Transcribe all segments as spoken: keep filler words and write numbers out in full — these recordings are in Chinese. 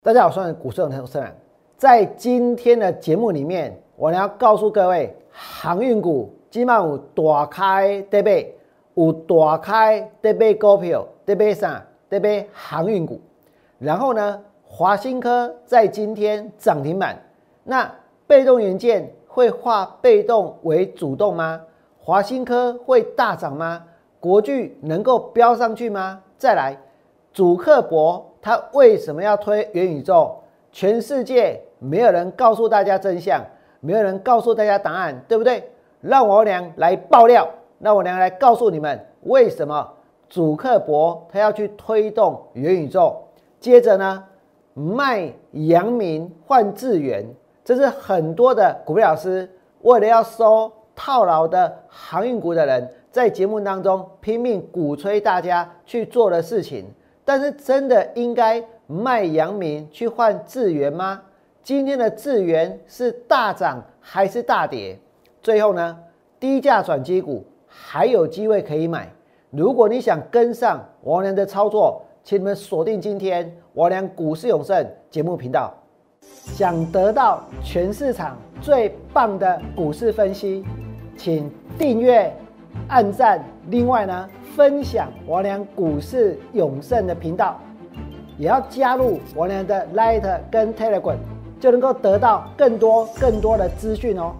大家好，我是股市有投资人。在今天的节目里面，我要告诉各位，航运股基本上有大开在买，有大开在买股票，在买啥？在买航运股。然后呢，华新科在今天涨停板。那被动元件会化被动为主动吗？华新科会大涨吗？国巨能够飙上去吗？再来，祖克伯他为什么要推元宇宙？全世界没有人告诉大家真相，没有人告诉大家答案，对不对？让我娘来爆料，让我娘来告诉你们为什么祖克伯他要去推动元宇宙。接着呢，卖阳明换智原，这是很多的股票老师为了要收套牢的航运股的人，在节目当中拼命鼓吹大家去做的事情。但是真的应该卖阳明去换智原吗？今天的智原是大涨还是大跌？最后呢，低价转机股还有机会可以买。如果你想跟上王良的操作，请你们锁定今天王良股市永胜节目频道。想得到全市场最棒的股市分析，请订阅、按赞。另外呢，分享王良股市永胜的频道，也要加入王良的 Line 跟 Telegram， 就能够得到更多更多的资讯哦。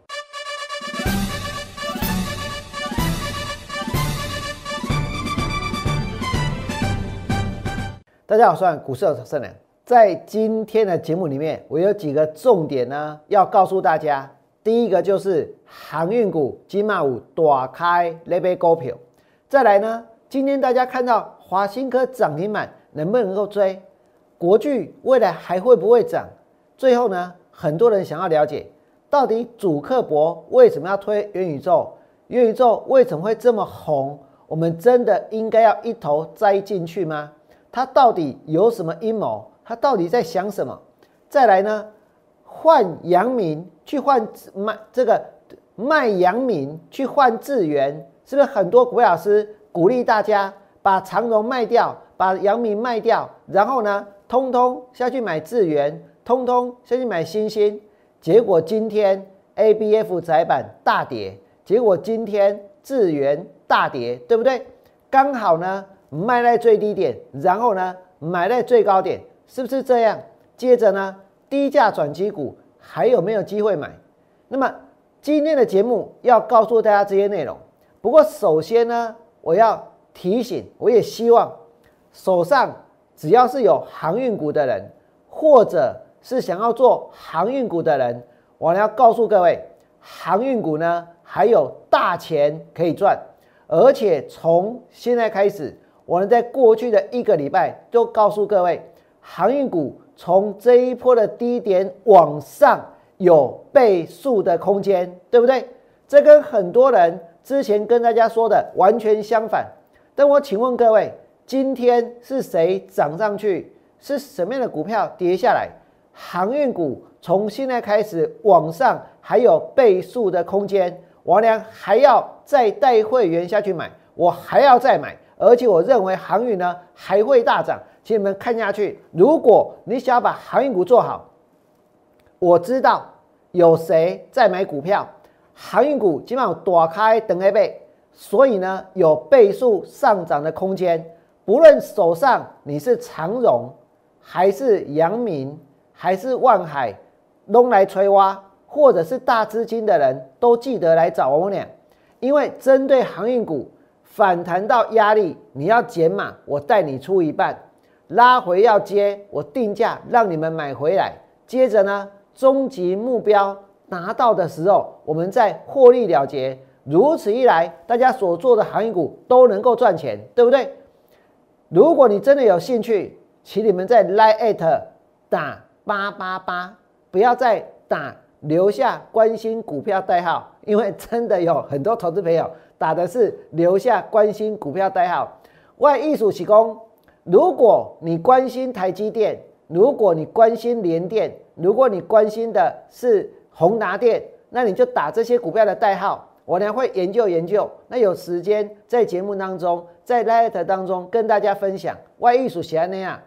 大家好，我是股市有胜人。在今天的节目里面，我有几个重点呢，要告诉大家。第一个就是航运股今嘛有大开在买股票。再来呢，今天大家看到华新科涨停板，能不能够追？国巨未来还会不会涨？最后呢，很多人想要了解，到底祖克伯为什么要推元宇宙？元宇宙为什么会这么红？我们真的应该要一头栽进去吗？他到底有什么阴谋？他到底在想什么？再来呢，换阳明去换卖这个卖阳明去换智原，是不是很多股票老师鼓励大家把长荣卖掉，把阳明卖掉，然后呢，通通下去买智原，通通下去买新兴？结果今天 A B F 载板大跌，结果今天智原大跌，对不对？刚好呢，卖在最低点，然后呢，买在最高点，是不是这样？接着呢，低价转机股还有没有机会买？那么今天的节目要告诉大家这些内容。不过首先呢，我要提醒，我也希望手上只要是有航运股的人，或者是想要做航运股的人，我要告诉各位，航运股呢还有大钱可以赚，而且从现在开始，我们在过去的一个礼拜都告诉各位，航运股从这一波的低点往上有倍数的空间，对不对？这跟很多人之前跟大家说的完全相反。但我请问各位，今天是谁涨上去？是什么样的股票跌下来？航运股从现在开始往上还有倍数的空间，王良还要再带会员下去买，我还要再买，而且我认为航运呢还会大涨。请你们看下去，如果你想要把航运股做好，我知道有谁在买股票，航运股基本上大开等一倍，所以呢有倍数上涨的空间。不论手上你是长荣还是阳明还是万海，都来催挖，或者是大资金的人都记得来找我俩，因为针对航运股反弹到压力，你要减码，我带你出一半。拉回要接，我定价让你们买回来。接着呢，终极目标拿到的时候，我们再获利了结。如此一来，大家所做的航运股都能够赚钱，对不对？如果你真的有兴趣，请你们在 Line 打八八八，不要再打留下关心股票代号，因为真的有很多投资朋友打的是留下关心股票代号。我的意思是说，如果你关心台积电，如果你关心联电，如果你关心的是宏达电，那你就打这些股票的代号，我呢会研究研究。那有时间在节目当中，在 Light 当中跟大家分享。我的意思是这样，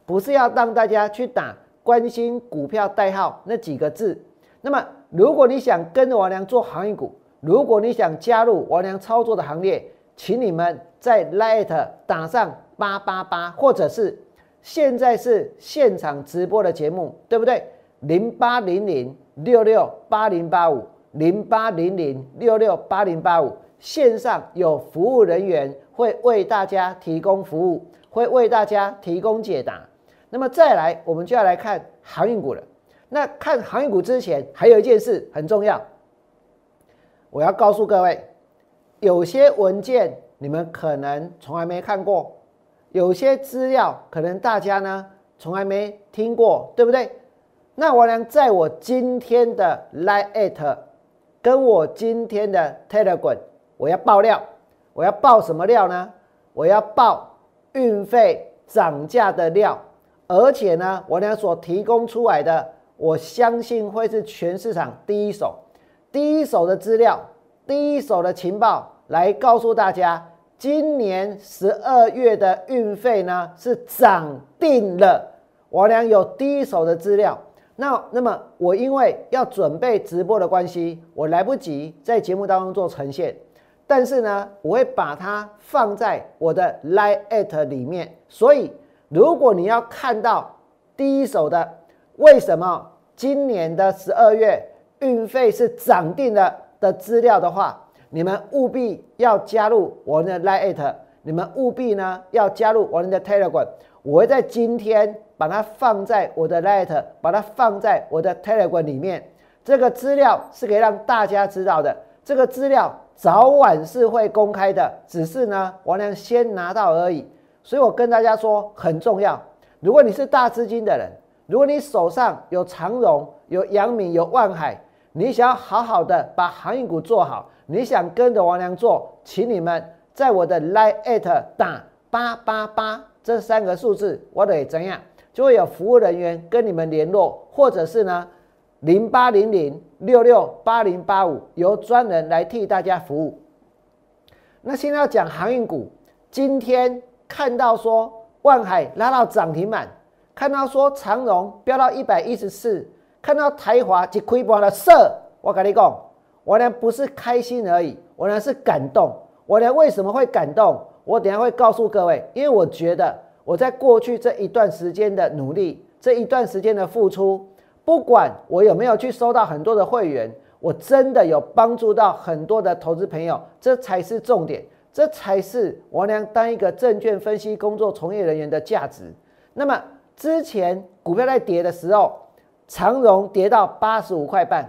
不是要让大家去打关心股票代号那几个字。那么如果你想跟着王良做航运股，如果你想加入王良操作的行列，请你们在 Line 打上八八八，或者是现在是现场直播的节目，对不对？零八零零六六八零八五，零八零零六六八零八五，线上有服务人员会为大家提供服务，会为大家提供解答。那么再来，我们就要来看航运股了。那看航运股之前，还有一件事很重要，我要告诉各位，有些文件你们可能从来没看过，有些资料可能大家呢从来没听过，对不对？那我呢，在我今天的 Line 跟我今天的 Telegram， 我要爆料，我要爆什么料呢？我要爆运费涨价的料，而且呢，我呢所提供出来的，我相信会是全市场第一手、第一手的资料、第一手的情报，来告诉大家，今年十二月的运费呢是涨定了。我俩有第一手的资料。那那么我因为要准备直播的关系，我来不及在节目当中做呈现，但是呢，我会把它放在我的 Line 里面。所以，如果你要看到第一手的，为什么今年的十二月运费是涨定了的资料的话，你们务必要加入我的 Line， 你们务必呢要加入我的 Telegram。我会在今天把它放在我的 Line， 把它放在我的 Telegram 里面。这个资料是可以让大家知道的，这个资料早晚是会公开的，只是呢，王良先拿到而已。所以我跟大家说很重要。如果你是大资金的人，如果你手上有长荣、有阳明、有万海，你想要好好的把航运股做好，你想跟着王良做，请你们在我的 Line 打八八八这三个数字，我得怎样？就会有服务人员跟你们联络，或者是呢零八零零六六八零八五由专人来替大家服务。那现在要讲航运股，今天看到说万海拉到涨停板，看到说长荣飙到一百一十四，看到台华一开盘的色，我跟你讲，我呢不是开心而已，我呢是感动。我呢为什么会感动？我等一下会告诉各位，因为我觉得我在过去这一段时间的努力，这一段时间的付出，不管我有没有去收到很多的会员，我真的有帮助到很多的投资朋友，这才是重点，这才是我俩当一个证券分析工作从业人员的价值。那么之前股票在跌的时候，长荣跌到八十五块半，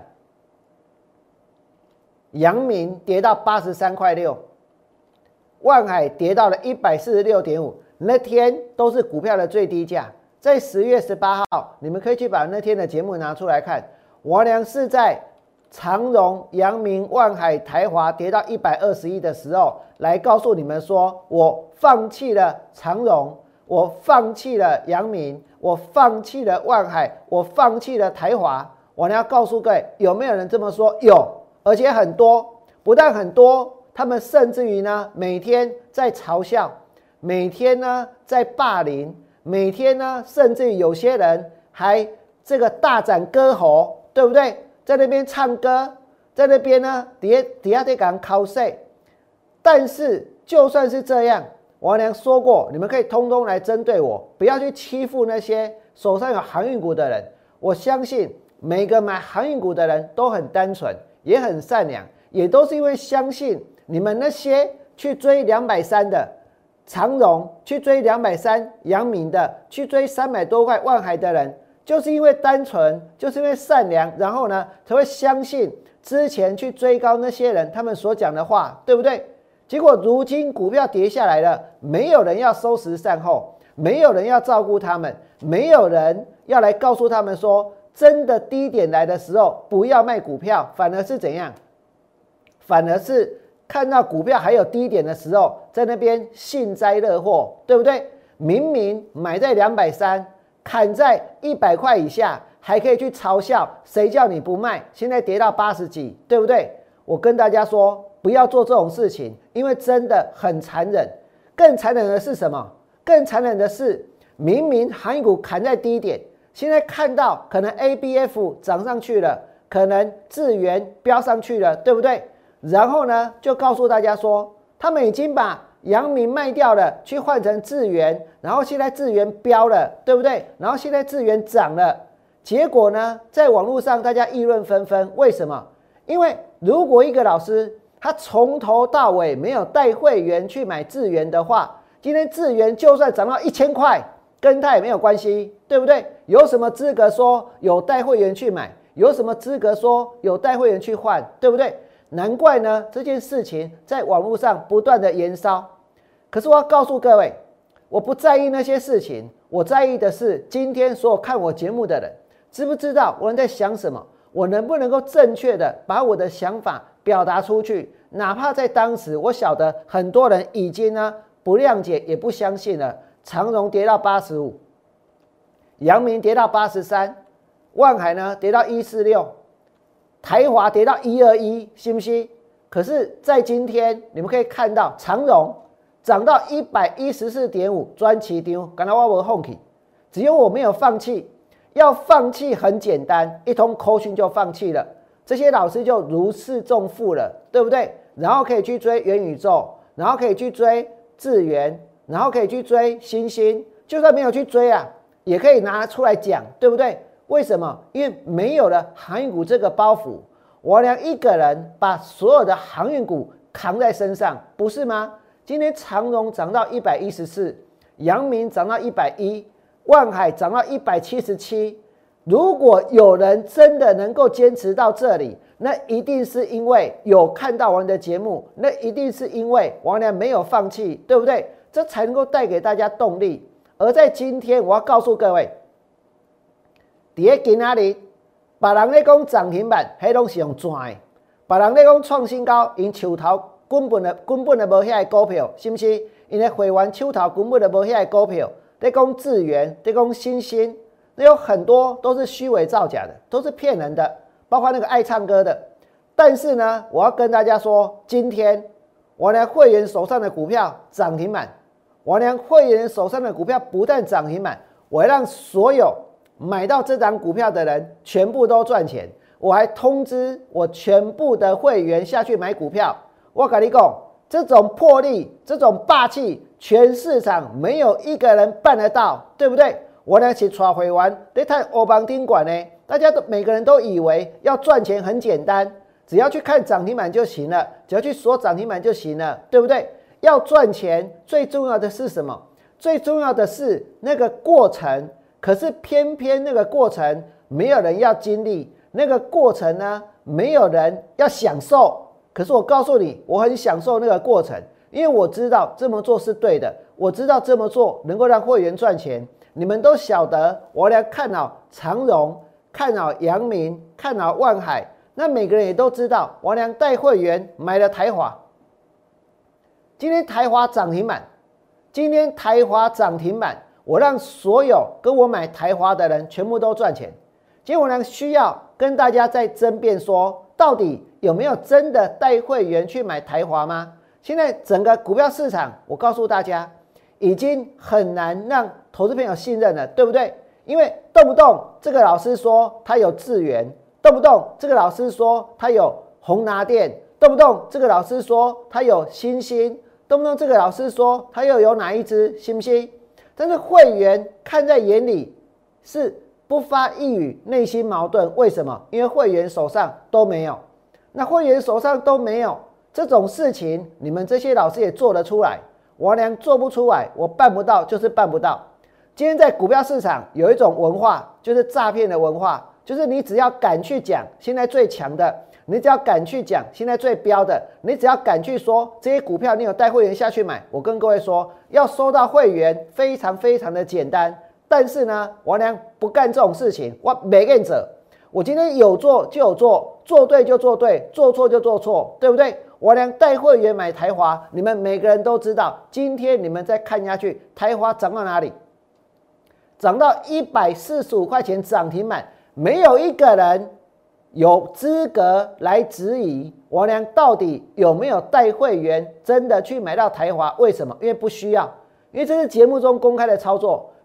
阳明跌到八十三块六，万海跌到了一百四十六点五，那天都是股票的最低价。在十月十八号，你们可以去把那天的节目拿出来看。我俩是在长荣、阳明、万海、台华跌到一百二十一的时候，来告诉你们说，我放弃了长荣，我放弃了阳明，我放弃了万海，我放弃了台华。我俩要告诉各位，有没有人这么说？有，而且很多，不但很多。他们甚至于呢，每天在嘲笑，每天呢在霸凌，每天呢，甚至于有些人还这个大展歌喉，对不对？在那边唱歌，在那边呢底下底下在给人考试。但是就算是这样，王良说过，你们可以通通来针对我，不要去欺负那些手上有航运股的人。我相信每个买航运股的人都很单纯，也很善良，也都是因为相信。你们那些去追两百三的长荣，去追两百三阳明的，去追三百多块万海的人，就是因为单纯，就是因为善良，然后呢才会相信之前去追高那些人他们所讲的话，对不对？结果如今股票跌下来了，没有人要收拾善后，没有人要照顾他们，没有人要来告诉他们说，真的低点来的时候不要卖股票，反而是怎样？反而是看到股票还有低点的时候，在那边幸灾乐祸，对不对？明明买在两百三，砍在一百块以下，还可以去嘲笑，谁叫你不卖？现在跌到八十几，对不对？我跟大家说，不要做这种事情，因为真的很残忍。更残忍的是什么？更残忍的是， 明明航运股砍在低点，现在看到可能 A B F 涨上去了，可能智原飙上去了，对不对？然后呢，就告诉大家说，他们已经把阳明卖掉了，去换成智原，然后现在智原飙了，对不对？然后现在智原涨了，结果呢，在网络上大家议论纷纷，为什么？因为如果一个老师他从头到尾没有带会员去买智原的话，今天智原就算涨到一千块，跟他也没有关系，对不对？有什么资格说有带会员去买？有什么资格说有带会员去换？对不对？难怪呢，这件事情在网络上不断的延烧。可是我要告诉各位，我不在意那些事情，我在意的是今天所有看我节目的人，知不知道我在想什么？我能不能够正确的把我的想法表达出去？哪怕在当时，我晓得很多人已经呢不谅解，也不相信了。长荣跌到八十五，阳明跌到八十三，万海呢跌到一四六，台华跌到一二一，信不信？可是，在今天你们可以看到，长荣涨到一百一十四点五，专起丢，感到我放弃，只有我没有放弃。要放弃很简单，一通扣讯就放弃了，这些老师就如释重负了，对不对？然后可以去追元宇宙，然后可以去追智原，然后可以去追新兴，就算没有去追啊，也可以拿出来讲，对不对？为什么？因为没有了航运股这个包袱，我俩一个人把所有的航运股扛在身上，不是吗？今天长荣涨到一百一十四，阳明涨到一百一。万海涨到一百七十七，如果有人真的能够坚持到这里，那一定是因为有看到我的节目，那一定是因为王良没有放弃，对不对？这才能够带给大家动力。而在今天，我要告诉各位，在今天里，别人在讲涨停板，那都是用赚的；别人在讲创新高，因手头根本的根本的无遐个股票，是不是？因为会员手头根本的无遐个股票。在讲智原，在讲新兴，那有很多都是虚伪造假的，都是骗人的，包括那个爱唱歌的。但是呢，我要跟大家说，今天我俩会员手上的股票涨停板，我俩会员手上的股票不但涨停板，我还让所有买到这张股票的人全部都赚钱。我还通知我全部的会员下去买股票。我跟你讲，这种魄力，这种霸气，全市场没有一个人办得到，对不对？我俩去抓会员，在看欧邦丁管呢，大家都每个人都以为要赚钱很简单，只要去看涨停板就行了，只要去锁涨停板就行了，对不对？要赚钱，最重要的是什么？最重要的是那个过程。可是偏偏那个过程没有人要经历，那个过程呢，没有人要享受。可是我告诉你，我很享受那个过程，因为我知道这么做是对的，我知道这么做能够让会员赚钱。你们都晓得，我俩看好长荣，看好阳明，看好万海，那每个人也都知道，我俩带会员买了台华。今天台华涨停板，今天台华涨停板，我让所有跟我买台华的人全部都赚钱。今天我俩需要跟大家再争辩说，到底有没有真的带会员去买台华吗？现在整个股票市场，我告诉大家，已经很难让投资朋友信任了，对不对？因为动不动这个老师说他有智原，动不动这个老师说他有宏达电，动不动这个老师说他有新兴，动不动这个老师说他又有哪一只，信不信？但是会员看在眼里是不发一语，内心矛盾。为什么？因为会员手上都没有。那会员手上都没有这种事情，你们这些老师也做得出来，我俩做不出来，我办不到就是办不到。今天在股票市场有一种文化，就是诈骗的文化，就是你只要敢去讲现在最强的，你只要敢去讲现在最标的，你只要敢去说这些股票你有带会员下去买，我跟各位说，要收到会员非常非常的简单。但是呢，我俩不干这种事情，我没干者。我今天有做就有做，做对就做对，做错就做错，对不对？我俩带会员买台华，你们每个人都知道，今天你们再看下去，台华涨到哪里？涨到一百四十五块钱涨停板，没有一个人有资格来质疑我俩到底有没有带会员真的去买到台华？为什么？因为不需要，因为这是节目中公开的操作。因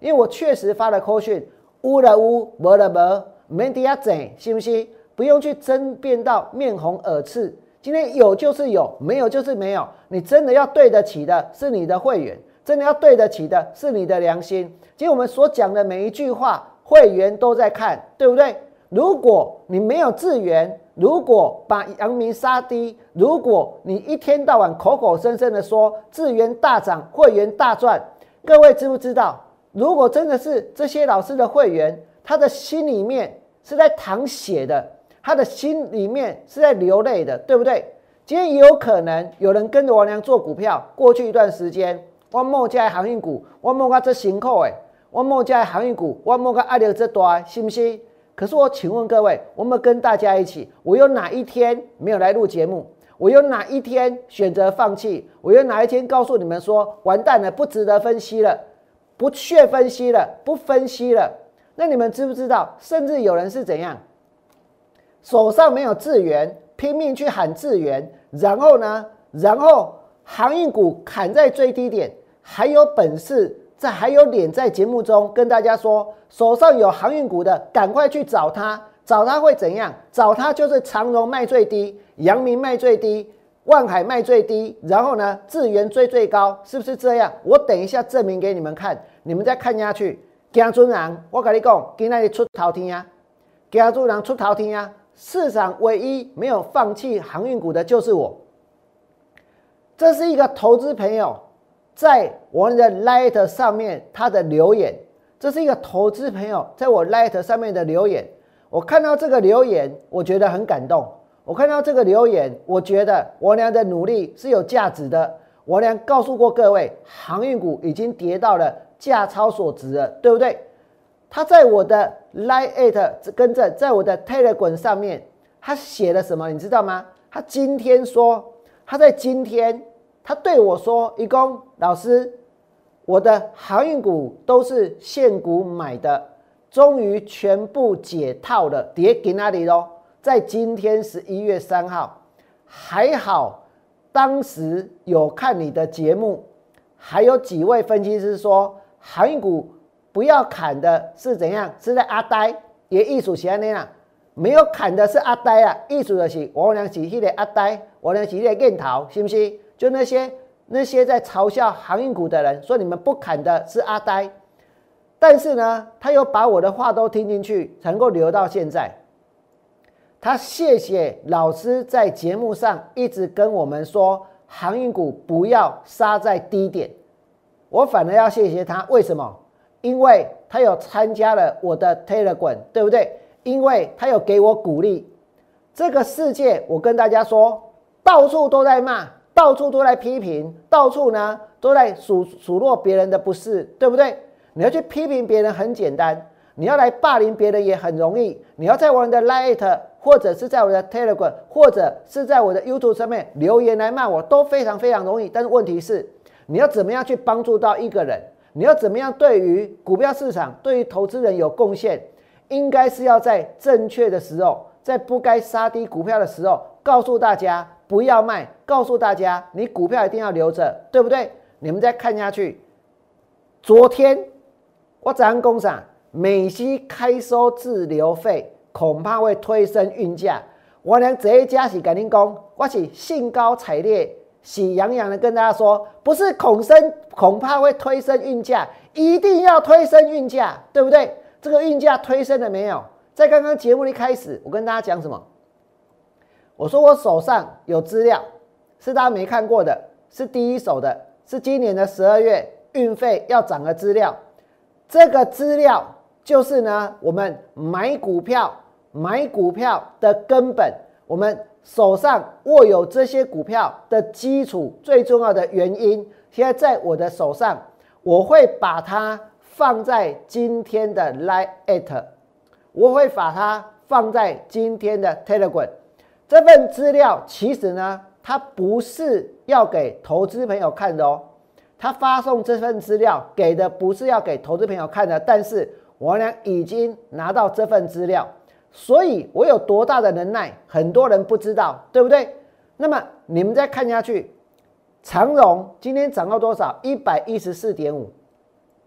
因为我确实发了扣讯，有了有，没了没，没底下整，是不是？不用去争辩到面红耳赤。今天有就是有，没有就是没有。你真的要对得起的是你的会员，真的要对得起的是你的良心。今天我们所讲的每一句话，会员都在看，对不对？如果你没有资源，如果把阳明杀低，如果你一天到晚口口声声的说资源大涨，会员大赚，各位知不知道？如果真的是这些老师的会员，他的心里面是在淌血的，他的心里面是在流泪的，对不对？今天也有可能有人跟着王良做股票，过去一段时间，我某家航运股，我某个这辛苦诶，我某家航运股，我某个压力这大，是不是？可是我请问各位，我们跟大家一起，我有哪一天没有来录节目？我有哪一天选择放弃？我有哪一天告诉你们说完蛋了，不值得分析了，不屑分析了，不分析了？那你们知不知道？甚至有人是怎样？手上没有资源，拼命去喊资源，然后呢？然后航运股砍在最低点，还有本事在还有脸在节目中跟大家说，手上有航运股的，赶快去找他，找他会怎样？找他就是长荣卖最低，阳明卖最低，万海卖最低，然后呢，智源追最高，是不是这样？我等一下证明给你们看，你们再看下去。姜准人，我跟你讲，今天出头天啊，姜准人出头天啊，市场唯一没有放弃航运股的就是我。这是一个投资朋友。在我的 Light 上面，他的留言，这是一个投资朋友在我 Light 上面的留言。我看到这个留言，我觉得很感动。我看到这个留言，我觉得我娘的努力是有价值的。我娘告诉过各位，航运股已经跌到了价超所值了，对不对？他在我的 Light 跟着，在我的 Telegram 上面，他写了什么？你知道吗？他今天说，他在今天。他对我说：“一公老师，我的航运股都是现股买的，终于全部解套了，跌给那里咯？在今天十一月三号，还好当时有看你的节目，还有几位分析师说航运股不要砍的是怎样？是在阿呆也艺术写那样，没有砍的是阿呆啊，艺术的是我俩是迄个阿呆，我俩是迄个箭头，是不是？”就那些那些在嘲笑航运股的人说你们不砍的是阿呆，但是呢，他又把我的话都听进去，才能够留到现在。他谢谢老师在节目上一直跟我们说航运股不要杀在低点，我反而要谢谢他。为什么？因为他有参加了我的 Telegram， 对不对？因为他有给我鼓励。这个世界，我跟大家说，到处都在骂。到处都在批评，到处呢都在数数落别人的不是，对不对？你要去批评别人很简单，你要来霸凌别人也很容易。你要在我的 Light 或者是在我的 Telegram 或者是在我的 YouTube 上面留言来骂我，都非常非常容易。但是问题是，你要怎么样去帮助到一个人？你要怎么样对于股票市场、对于投资人有贡献？应该是要在正确的时候，在不该杀低股票的时候，告诉大家。不要卖，告诉大家，你股票一定要留着，对不对？你们再看下去，昨天我早上讲啥？美西开收滞留费恐怕会推升运价。我俩这一家是跟您讲，我是兴高采烈、喜洋洋的跟大家说，不是恐升，恐怕会推升运价，一定要推升运价，对不对？这个运价推升了没有？在刚刚节目一开始，我跟大家讲什么？我说我手上有资料，是大家没看过的，是第一手的，是今年的十二月运费要涨的资料。这个资料就是呢，我们买股票、买股票的根本，我们手上握有这些股票的基础，最重要的原因，现在在我的手上，我会把它放在今天的 Line， 我会把它放在今天的 Telegram。这份资料其实呢，它不是要给投资朋友看的哦。他发送这份资料给的不是要给投资朋友看的，但是我俩已经拿到这份资料，所以我有多大的能耐，很多人不知道，对不对？那么你们再看下去，长荣今天涨到多少？ 一百一十四点五，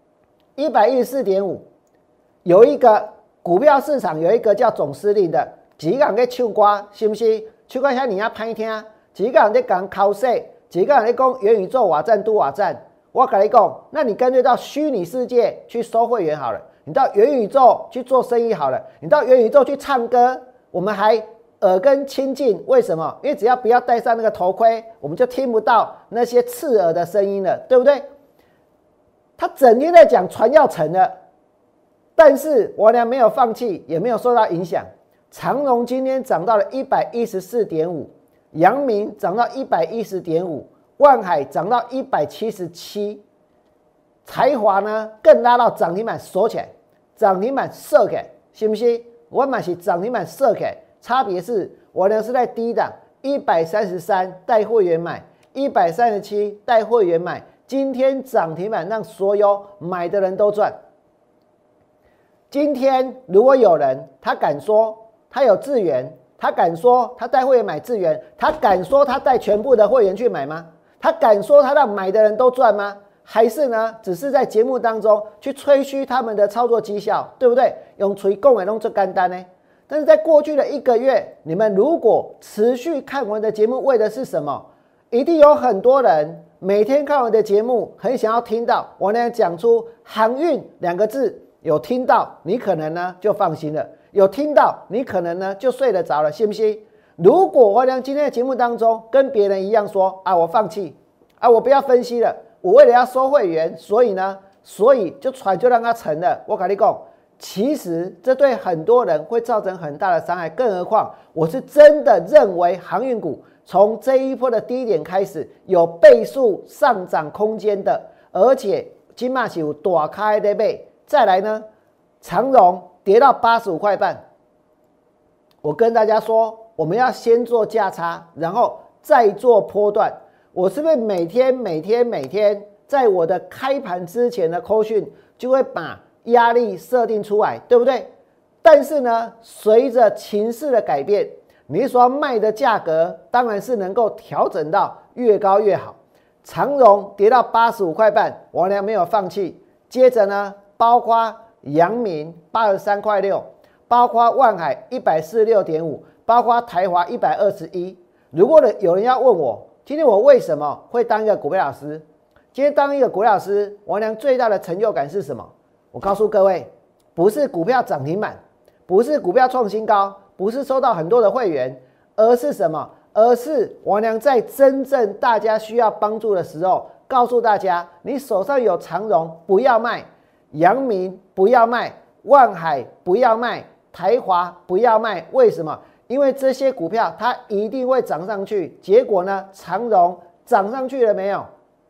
一百一十四点五，有一个股票市场有一个叫总司令的，几个人在唱歌，是不是？唱歌遐尔啊歹听，几个人在讲口水，几个人在讲元宇宙瓦赞都瓦赞。我跟你讲，那你干脆到虚拟世界去收会员好了，你到元宇宙去做生意好了，你到元宇宙去唱歌，我们还耳根清净。为什么？因为只要不要戴上那个头盔，我们就听不到那些刺耳的声音了，对不对？他整天在讲船要沉了，但是我俩没有放弃，也没有受到影响。长荣今天涨到了 一百一十四点五， 阳明涨到 一百一十点五， 万海涨到一百七十七， 台华呢更拉到涨停板锁起来，涨停板射起来，是不是？我买是涨停板射起来，差别是我俩是在低档一百三十三带会员买，一百三十七带会员买，今天涨停板让所有买的人都赚。今天如果有人他敢说他有智原，他敢说他带会员买智原，他敢说他带全部的会员去买吗？他敢说他让买的人都赚吗？还是呢只是在节目当中去吹嘘他们的操作绩效，对不对？用吹讲的弄这简单呢？但是在过去的一个月，你们如果持续看我的节目，为的是什么？一定有很多人每天看我的节目，很想要听到我呢讲出航运两个字，有听到你可能呢就放心了，有听到你可能呢就睡得着了，信不信？如果我呢今天的节目当中跟别人一样说啊，我放弃啊，我不要分析了，我为了要收会员，所以呢，所以就船就让它沉了。我跟你讲，其实这对很多人会造成很大的伤害，更何况我是真的认为航运股从这一波的低点开始有倍数上涨空间的，而且今嘛是有大开的倍。再来呢，长荣跌到八十五块半，我跟大家说，我们要先做价差，然后再做波段。我是不是每天每天每天在我的开盘之前的扣讯就会把压力设定出来，对不对？但是呢，随着情势的改变，你所要卖的价格当然是能够调整到越高越好。长荣跌到八十五块半，我俩没有放弃。接着呢，包括阳明八十三块六，包括万海一百四十六点五，包括台华一百二十一。如果有人要问我，今天我为什么会当一个股票老师？今天当一个股票老师，我俩最大的成就感是什么？我告诉各位，不是股票涨停板，不是股票创新高，不是收到很多的会员，而是什么？而是我俩在真正大家需要帮助的时候，告诉大家，你手上有长荣不要卖，阳明不要卖，万海不要卖，台华不要卖。为什么？因为这些股票它一定会涨上去。结果呢，长荣涨上去了没有？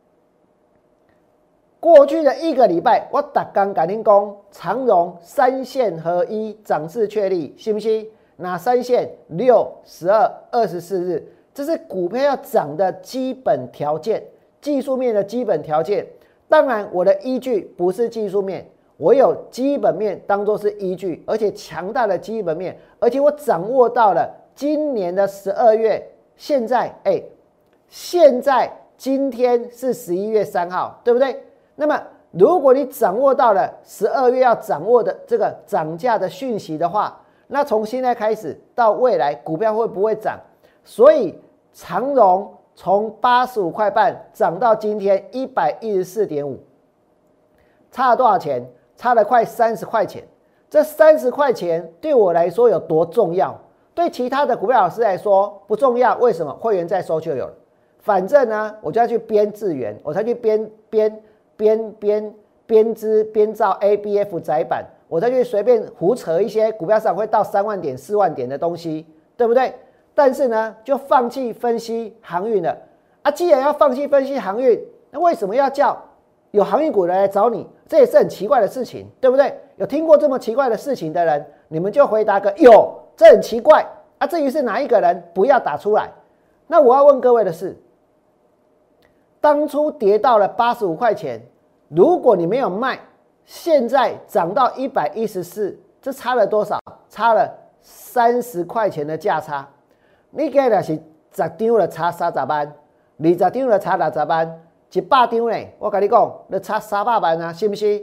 过去的一个礼拜，我每天跟您讲，长荣三线合一，涨势确立，信不信？哪三线？六、十二、二十四日，这是股票要涨的基本条件，技术面的基本条件。当然，我的依据不是技术面，我有基本面当作是依据，而且强大的基本面，而且我掌握到了今年的十二月，现在哎，现在今天是十一月三号，对不对？那么，如果你掌握到了十二月要掌握的这个涨价的讯息的话，那从现在开始到未来，股票会不会涨？所以长荣从八十五块半涨到今天一百一十四点五，差了多少钱？差了快三十块钱。这三十块钱对我来说有多重要？对其他的股票老师来说不重要。为什么？会员再收就有了。反正呢，我就要去编资源，我才去编编。编编编织编造 A B F 载板，我再去随便胡扯一些股票上会到三万点、四万点的东西，对不对？但是呢，就放弃分析航运了啊！既然要放弃分析航运，那为什么要叫有航运股的来找你？这也是很奇怪的事情，对不对？有听过这么奇怪的事情的人，你们就回答个有，这很奇怪啊！至于是哪一个人，不要打出来。那我要问各位的是，当初跌到了八十五块钱。如果你没有卖，现在涨到一百一十四，这差了多少？差了三十块钱的价差。你给的是十张的差三十万，二十张的差六十万，一百张呢？我跟你讲，你差三百万啊，是不是？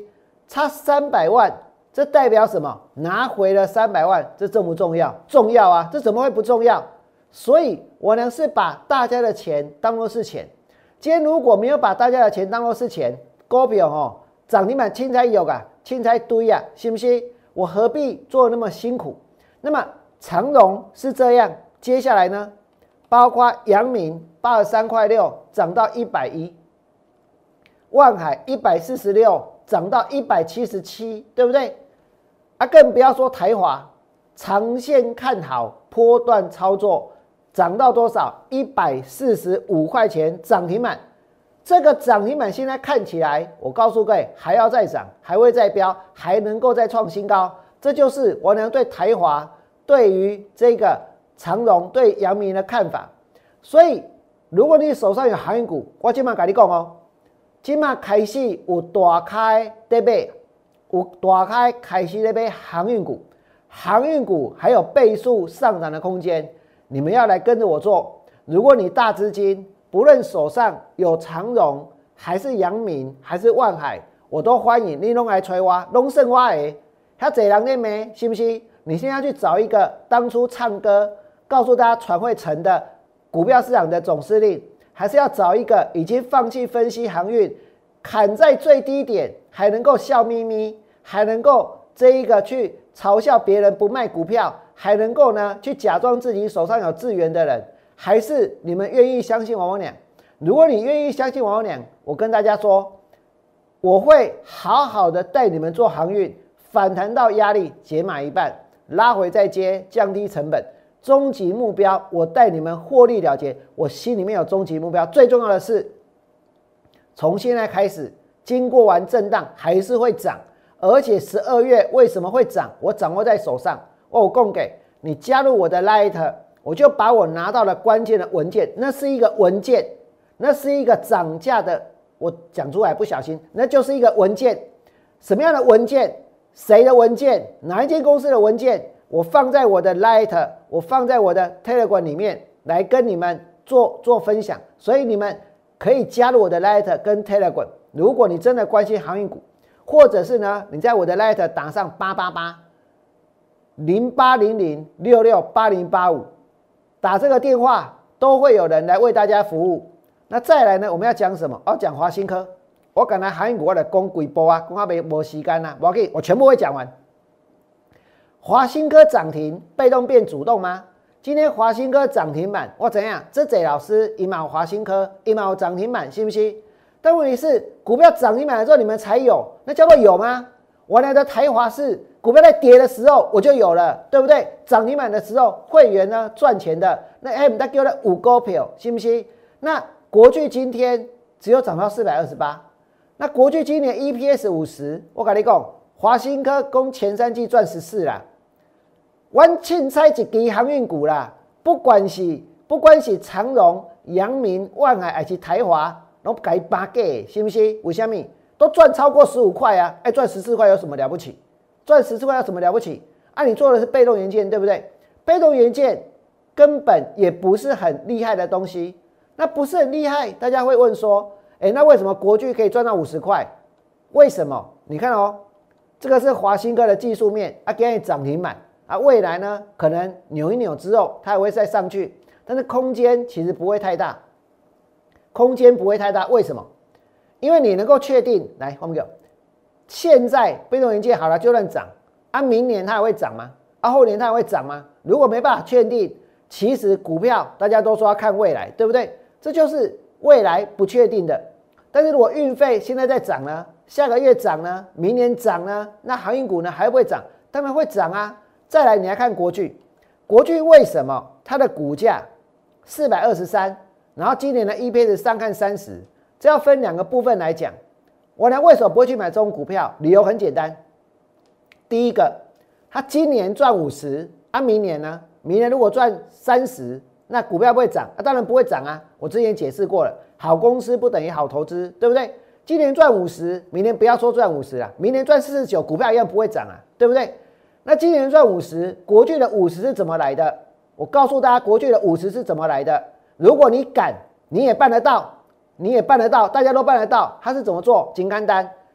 差三百万，这代表什么？拿回了三百万，这重不重要？重要啊！这怎么会不重要？所以我呢是把大家的钱当作是钱。今天如果没有把大家的钱当作是钱，股票哦涨停板青菜有啊，青菜堆啊，信不信？我何必做那么辛苦？那么长荣是这样，接下来呢，包括阳明八十三块六涨到一百一，万海一百四十六涨到一百七十七，对不对？啊，更不要说台华，长线看好，波段操作。涨到多少？一百四十五块钱涨停板，这个涨停板现在看起来，我告诉各位还要再涨，还会再飙，还能够再创新高。这就是我呢对台华、对于这个长荣、对阳明的看法。所以，如果你手上有航运股，我今晚跟你讲哦，今晚开始有大开在买，有大开开始在买航运股，航运股还有倍数上涨的空间。你们要来跟着我做。如果你大资金，不论手上有长荣还是阳明还是万海，我都欢迎你拢来催我，拢剩我的。他这人念没？信不信？你现在去找一个当初唱歌告诉大家船会沉的股票市场的总司令，还是要找一个已经放弃分析航运，砍在最低点还能够笑眯眯，还能够这一个去嘲笑别人不卖股票。还能够呢去假装自己手上有资源的人，还是你们愿意相信王王娘？如果你愿意相信王王娘，我跟大家说，我会好好的带你们做航运，反弹到压力减码一半，拉回再接，降低成本。终极目标，我带你们获利了结。我心里面有终极目标，最重要的是，从现在开始，经过完震荡还是会涨，而且十二月为什么会涨，我掌握在手上。我供给你加入我的 Light， 我就把我拿到的关键的文件，那是一个文件，那是一个涨价的，我讲出来不小心，那就是一个文件。什么样的文件？谁的文件？哪一间公司的文件？我放在我的 Light， 我放在我的 Telegram 里面来跟你们做做分享，所以你们可以加入我的 Light 跟 Telegram。如果你真的关心航运股，或者是呢，你在我的 Light 打上八八八。零八零零六六八零八五，打这个电话都会有人来为大家服务。那再来呢，我们要讲什么？要讲华新科。我刚才航运股我来讲几波啊，讲到没没时间啊，我给我全部会讲完。华新科涨停，被动变主动吗？今天华新科涨停板，我怎样？这这老师一毛华新科一毛涨停板，信不信？但问题是，股票涨停板的时候你们才有，那叫做有吗？我来的台华是股票在跌的时候我就有了，对不对？涨停板的时候，会员呢赚钱的，那 M 它给了五股票，信不信？那国巨今天只有涨到四百二十八，那国巨今年 E P S 五十，我跟你讲，华新科攻前三季赚十四啦，完凊彩一支航运股啦，不管是不管是长荣、阳明、万海还是台华，拢改八价，信不信？为什么？都赚超过十五块啊！哎，赚十四块有什么了不起？赚十四块有什么了不起？啊，你做的是被动元件，对不对？被动元件根本也不是很厉害的东西，那不是很厉害。大家会问说，哎，那为什么国巨可以赚到五十块？为什么？你看哦，这个是华新科的技术面啊，给你涨停板啊，未来呢可能扭一扭之后，它也会再上去，但是空间其实不会太大，空间不会太大。为什么？因为你能够确定，来，我们讲，现在被动元件好了就算涨，啊，明年它还会涨吗？啊，后年它还会涨吗？如果没办法确定，其实股票大家都说要看未来，对不对？这就是未来不确定的。但是如果运费现在在涨呢，下个月涨呢，明年涨呢，那航运股呢还会不会涨？当然会涨啊。再来，你来看国巨，国巨为什么它的股价四百二十三，然后今年的 E P S 上看三十？这要分两个部分来讲。我呢为什么不会去买这种股票？理由很简单，第一个，它今年赚五十，啊，明年呢？明年如果赚三十，那股票不会涨啊？当然不会涨啊！我之前解释过了，好公司不等于好投资，对不对？今年赚五十，明年不要说赚五十了，明年赚四十九，股票一样不会涨啊，对不对？那今年赚五十，国巨的五十是怎么来的？我告诉大家，国巨的五十是怎么来的？如果你敢，你也办得到。你也办得到，大家都办得到。他是怎么做？金刚单，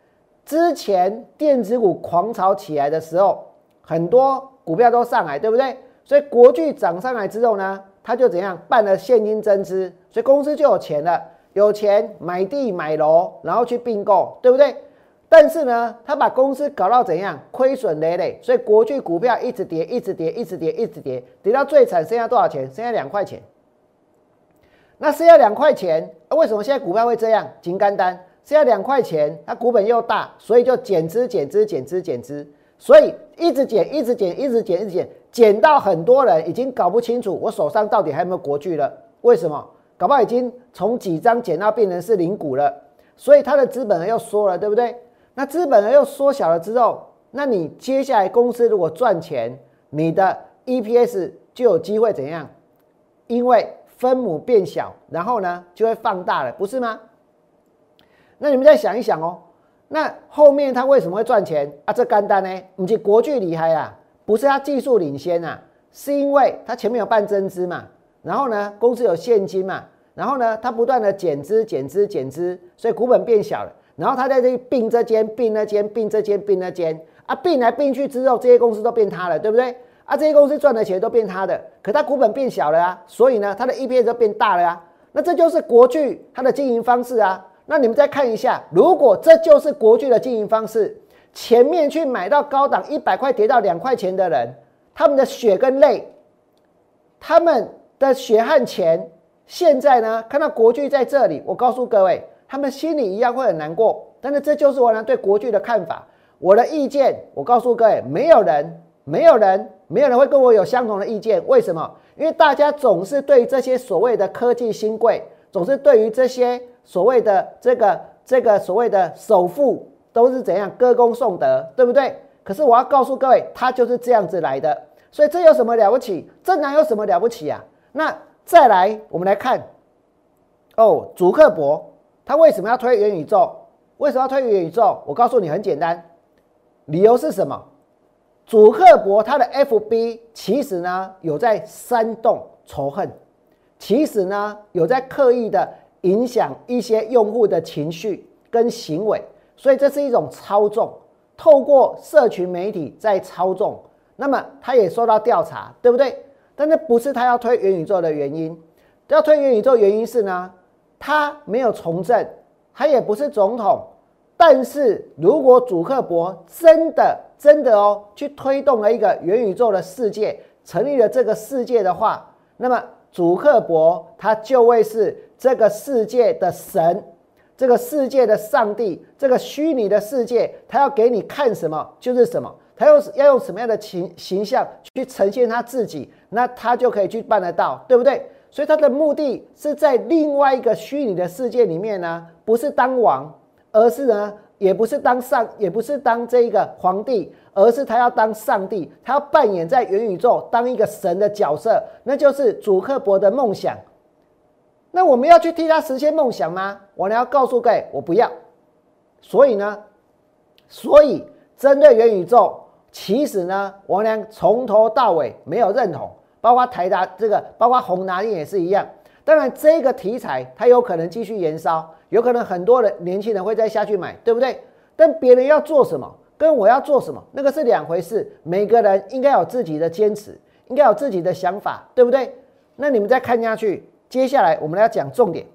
之前电子股狂潮起来的时候，很多股票都上来，对不对？所以国巨涨上来之后呢，他就怎样办了现金增资，所以公司就有钱了，有钱买地买楼，然后去并购，对不对？但是呢，他把公司搞到怎样亏损累累，所以国巨股票一直跌，一直跌，一直跌，一直跌，跌到最惨剩下多少钱？剩下两块钱。那剩下两块钱，啊、为什么现在股票会这样？金干单剩下两块钱，它股本又大，所以就减资、减资、减资、减资，所以一直减、一直减、一直减、一直减，减到很多人已经搞不清楚我手上到底还有没有国巨了。为什么？搞不好已经从几张减到变成是零股了，所以它的资本额又缩了，对不对？那资本额又缩小了之后，那你接下来公司如果赚钱，你的 E P S 就有机会怎样？因为分母变小，然后呢就会放大了，不是吗？那你们再想一想哦，那后面它为什么会赚钱啊？这干单呢？不是国巨厉害啊，不是它技术领先啊，是因为它前面有办增资嘛，然后呢公司有现金嘛，然后呢它不断的减资、减资、减资，所以股本变小了。然后他在这里并这间并那间并这间并那间啊，并来并去之后，这些公司都变他了，对不对？啊，这些公司赚的钱都变他的，可他股本变小了啊，所以呢，他的 E P S 就变大了啊。那这就是国巨它的经营方式啊。那你们再看一下，如果这就是国巨的经营方式，前面去买到高档一百块跌到两块钱的人，他们的血跟泪，他们的血汗钱，现在呢看到国巨在这里，我告诉各位。他们心里一样会很难过，但是这就是我对国巨的看法。我的意见，我告诉各位，没有人，没有人，没有人会跟我有相同的意见。为什么？因为大家总是对于这些所谓的科技新贵，总是对于这些所谓的这个这个所谓的首富，都是怎样歌功颂德，对不对？可是我要告诉各位，他就是这样子来的。所以这有什么了不起？这哪有什么了不起啊？那再来，我们来看，哦，祖克伯。他为什么要推元宇宙？为什么要推元宇宙？我告诉你很简单，理由是什么？祖克伯他的 F B 其实呢有在煽动仇恨，其实呢有在刻意的影响一些用户的情绪跟行为，所以这是一种操纵，透过社群媒体在操纵。那么他也受到调查，对不对？但那不是他要推元宇宙的原因。要推元宇宙原因是呢？他没有从政，他也不是总统，但是如果祖克伯真的真的哦去推动了一个元宇宙的世界，成立了这个世界的话，那么祖克伯他就会是这个世界的神，这个世界的上帝，这个虚拟的世界，他要给你看什么就是什么，他要要用什么样的形形象去呈现他自己，那他就可以去办得到，对不对？所以他的目的是在另外一个虚拟的世界里面呢，不是当王，而是呢，也不是当上，也不是当这个皇帝，而是他要当上帝，他要扮演在元宇宙当一个神的角色，那就是祖克伯的梦想。那我们要去替他实现梦想吗？我呢要告诉各位，我不要。所以呢，所以针对元宇宙，其实呢，我俩从头到尾没有认同。包括台达这个，包括宏达电也是一样。当然，这个题材它有可能继续延烧，有可能很多的年轻人会再下去买，对不对？但别人要做什么，跟我要做什么，那个是两回事。每个人应该有自己的坚持，应该有自己的想法，对不对？那你们再看下去，接下来我们来讲重点。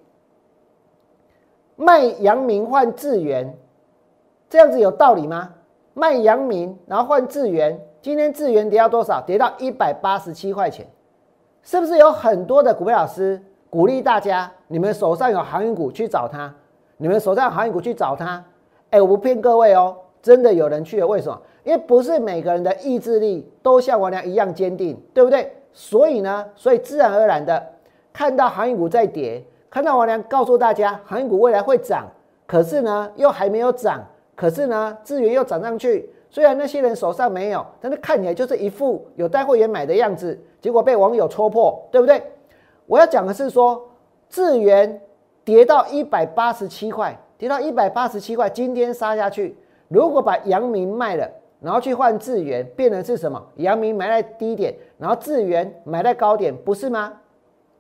卖阳明换智原，这样子有道理吗？卖阳明然后换智原。今天智原跌到多少？跌到一百八十七块钱，是不是有很多的股票老师鼓励大家，你们手上有航运股去找他，你们手上有航运股去找他？哎，我不骗各位哦，真的有人去了。为什么？因为不是每个人的意志力都像王良一样坚定，对不对？所以呢，所以自然而然的看到航运股在跌，看到王良告诉大家航运股未来会涨，可是呢又还没有涨，可是呢智原又涨上去。虽然那些人手上没有，但是看起来就是一副有带会员买的样子，结果被网友戳破，对不对？我要讲的是说，智原跌到一百八十七块，跌到一百八十七块，今天杀下去，如果把阳明卖了，然后去换智原，变成是什么？阳明买在低点，然后智原买在高点，不是吗？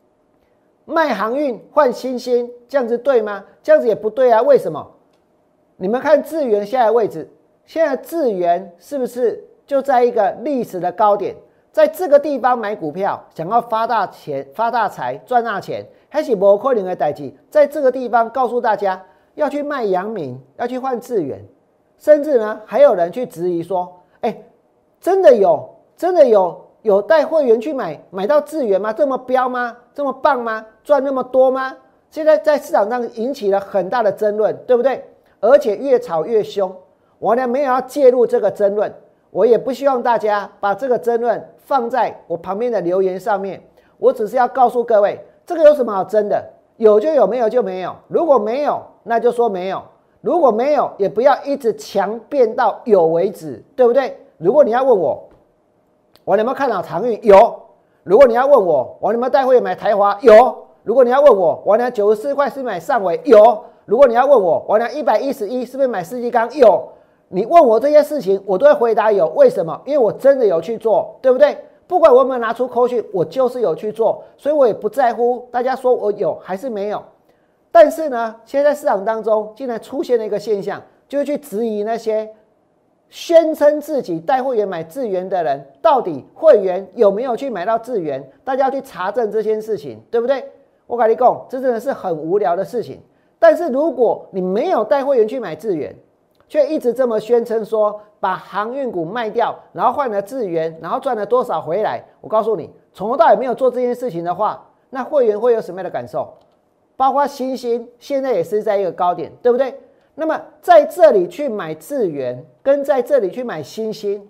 卖航运换新兴，这样子对吗？这样子也不对啊，为什么？ 你们看智原现在的位置，现在智原是不是就在一个历史的高点？在这个地方买股票，想要发大钱、发大财、赚大钱，还是不可能的代志。在这个地方告诉大家要去卖阳明，要去换智原，甚至呢还有人去质疑说：“哎，真的有，真的有有带会员去买买到智原吗？这么彪吗？这么棒吗？赚那么多吗？”现在在市场上引起了很大的争论，对不对？而且越吵越凶。我呢没有要介入这个争论，我也不希望大家把这个争论放在我旁边的留言上面。我只是要告诉各位，这个有什么好争的？有就有，没有就没有。如果没有，那就说没有；如果没有，也不要一直强辩到有为止，对不对？如果你要问我，我有没有看好长运？有。如果你要问我，我有没有带会员买台华？有。如果你要问我，我呢九十四块是买上尾？有。如果你要问我，我呢一百一十一是不是买世纪钢？有。你问我这些事情，我都会回答有。为什么？因为我真的有去做，对不对？不管我有没有拿出口讯，我就是有去做，所以我也不在乎大家说我有还是没有。但是呢，现在市场当中竟然出现了一个现象，就是去质疑那些宣称自己带会员买智原的人，到底会员有没有去买到智原？大家要去查证这件事情，对不对？我跟你讲，这真的是很无聊的事情。但是如果你没有带会员去买智原，却一直这么宣称说把航运股卖掉，然后换了智原，然后赚了多少回来？我告诉你，从头到尾没有做这件事情的话，那会员会有什么样的感受？包括新兴现在也是在一个高点，对不对？那么在这里去买智原，跟在这里去买新兴，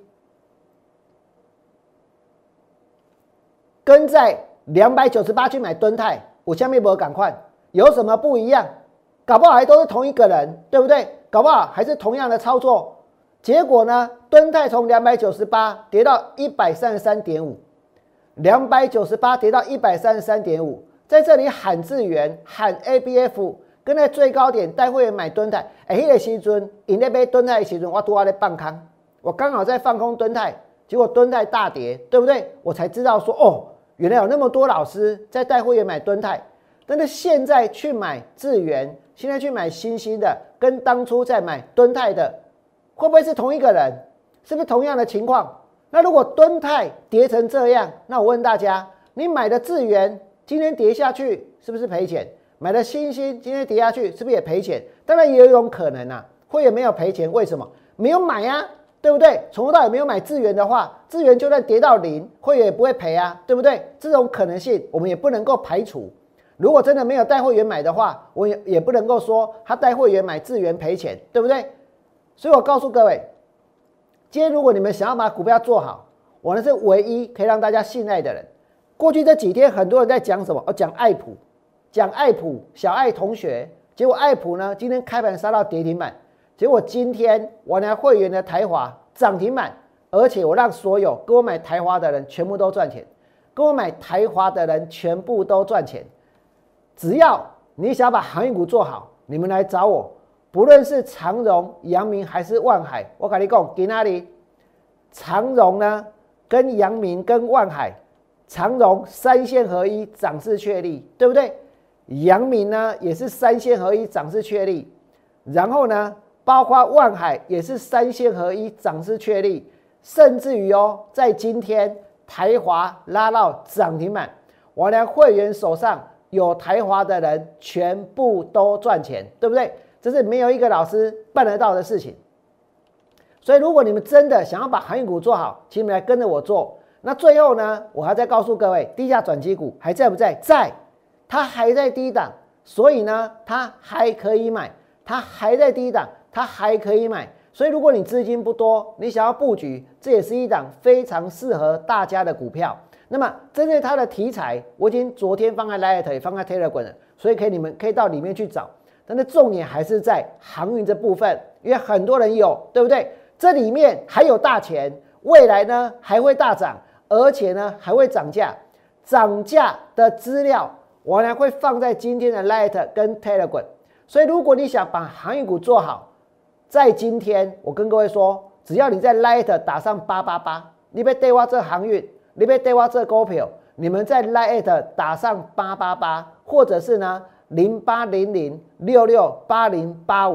跟在两百九十八去买敦泰，我下面没有赶快有什么不一样？搞不好还都是同一个人，对不对？搞不好还是同样的操作，结果呢？敦泰从两百九十八跌到一百三十三点五，两百九十八跌到一百三十三点五，在这里喊智原，喊 A B F， 跟在最高点带会员买敦泰。哎，那个时阵，因那边敦泰的时阵，我都在放空，我刚好在放空敦泰，结果敦泰大跌，对不对？我才知道说，哦，原来有那么多老师在带会员买敦泰，但是现在去买智原，现在去买新兴的，跟当初在买敦泰的，会不会是同一个人？是不是同样的情况？那如果敦泰跌成这样，那我问大家，你买的智原今天跌下去，是不是赔钱？买的新兴今天跌下去，是不是也赔钱？当然也有一种可能啊，会员没有赔钱，为什么？没有买啊，对不对？从头到尾没有买智原的话，智原就算跌到零，会员也不会赔啊，对不对？这种可能性我们也不能够排除。如果真的没有带会员买的话，我也也不能够说他带会员买智原赔钱，对不对？所以我告诉各位，今天如果你们想要把股票做好，我呢是唯一可以让大家信赖的人。过去这几天很多人在讲什么？哦，讲爱普，讲爱普，小爱同学。结果爱普呢今天开盘杀到跌停板，结果今天我呢会员的台华涨停板，而且我让所有跟我买台华的人全部都赚钱，跟我买台华的人全部都赚钱。只要你想把航运股做好，你们来找我，不论是长荣、阳明还是万海，我跟你讲，在哪里？长荣呢，跟阳明、跟万海，长荣三线合一，涨势确立，对不对？阳明呢也是三线合一，涨势确立。然后呢，包括万海也是三线合一，涨势确立。甚至于哦，在今天台华拉到涨停板，我的会员手上有台华的人全部都赚钱，对不对？这是没有一个老师办得到的事情。所以如果你们真的想要把航运股做好，请你们来跟着我做。那最后呢，我还再告诉各位，低价转机股还在不在？在，它还在低档，所以呢，它还可以买，它还在低档，它还可以买。所以如果你资金不多，你想要布局，这也是一档非常适合大家的股票。那么针对它的题材，我已经昨天放在 Light 也放在 Telegram 了，所以可以你们可以到里面去找。但是重点还是在航运这部分，因为很多人有，对不对？这里面还有大钱，未来呢还会大涨，而且呢还会涨价。涨价的资料我呢会放在今天的 Light 跟 Telegram。所以如果你想把航运股做好，在今天我跟各位说，只要你在 Light 打上八八八，你要对我这航运。你要对我这股票，你们在 Line 打上八八八，或者是呢零八零零六六八零八五，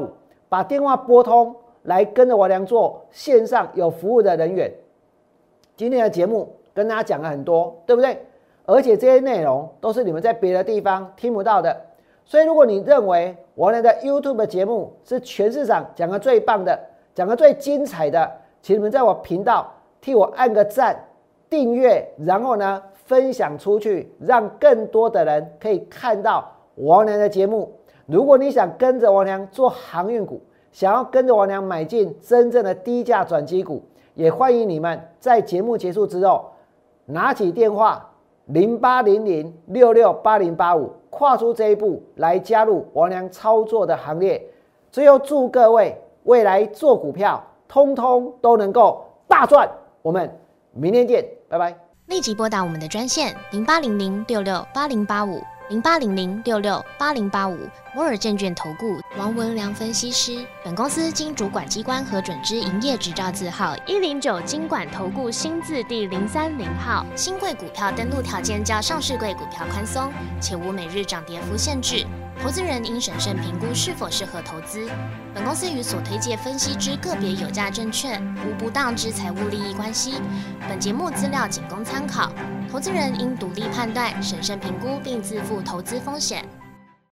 把电话拨通，来跟着王良做线上有服务的人员。今天的节目跟大家讲了很多，对不对？而且这些内容都是你们在别的地方听不到的。所以如果你认为王良的 YouTube 节目是全市场讲的最棒的，讲的最精彩的，请你们在我频道替我按个赞、订阅，然后呢分享出去，让更多的人可以看到王良的节目。如果你想跟着王良做航运股，想要跟着王良买进真正的低价转机股，也欢迎你们在节目结束之后拿起电话零八零零六六八零八五，跨出这一步来加入王良操作的行列。最后祝各位未来做股票通通都能够大赚。我们明天见，拜拜。 立即拨打我们的专线零八零零六六八零八五零八零零六六八零八五摩尔证券投顾王文良分析师。本公司经主管机关核准之营业执照字号一零九金管投顾新字第零三零号。新贵股票登录条件较上市贵股票宽松，且无每日涨跌幅限制。投资人应审慎评估是否适合投资。本公司与所推介分析之个别有价证券无不当之财务利益关系。本节目资料仅供参考，投资人应独立判断、审慎评估并自负投资风险。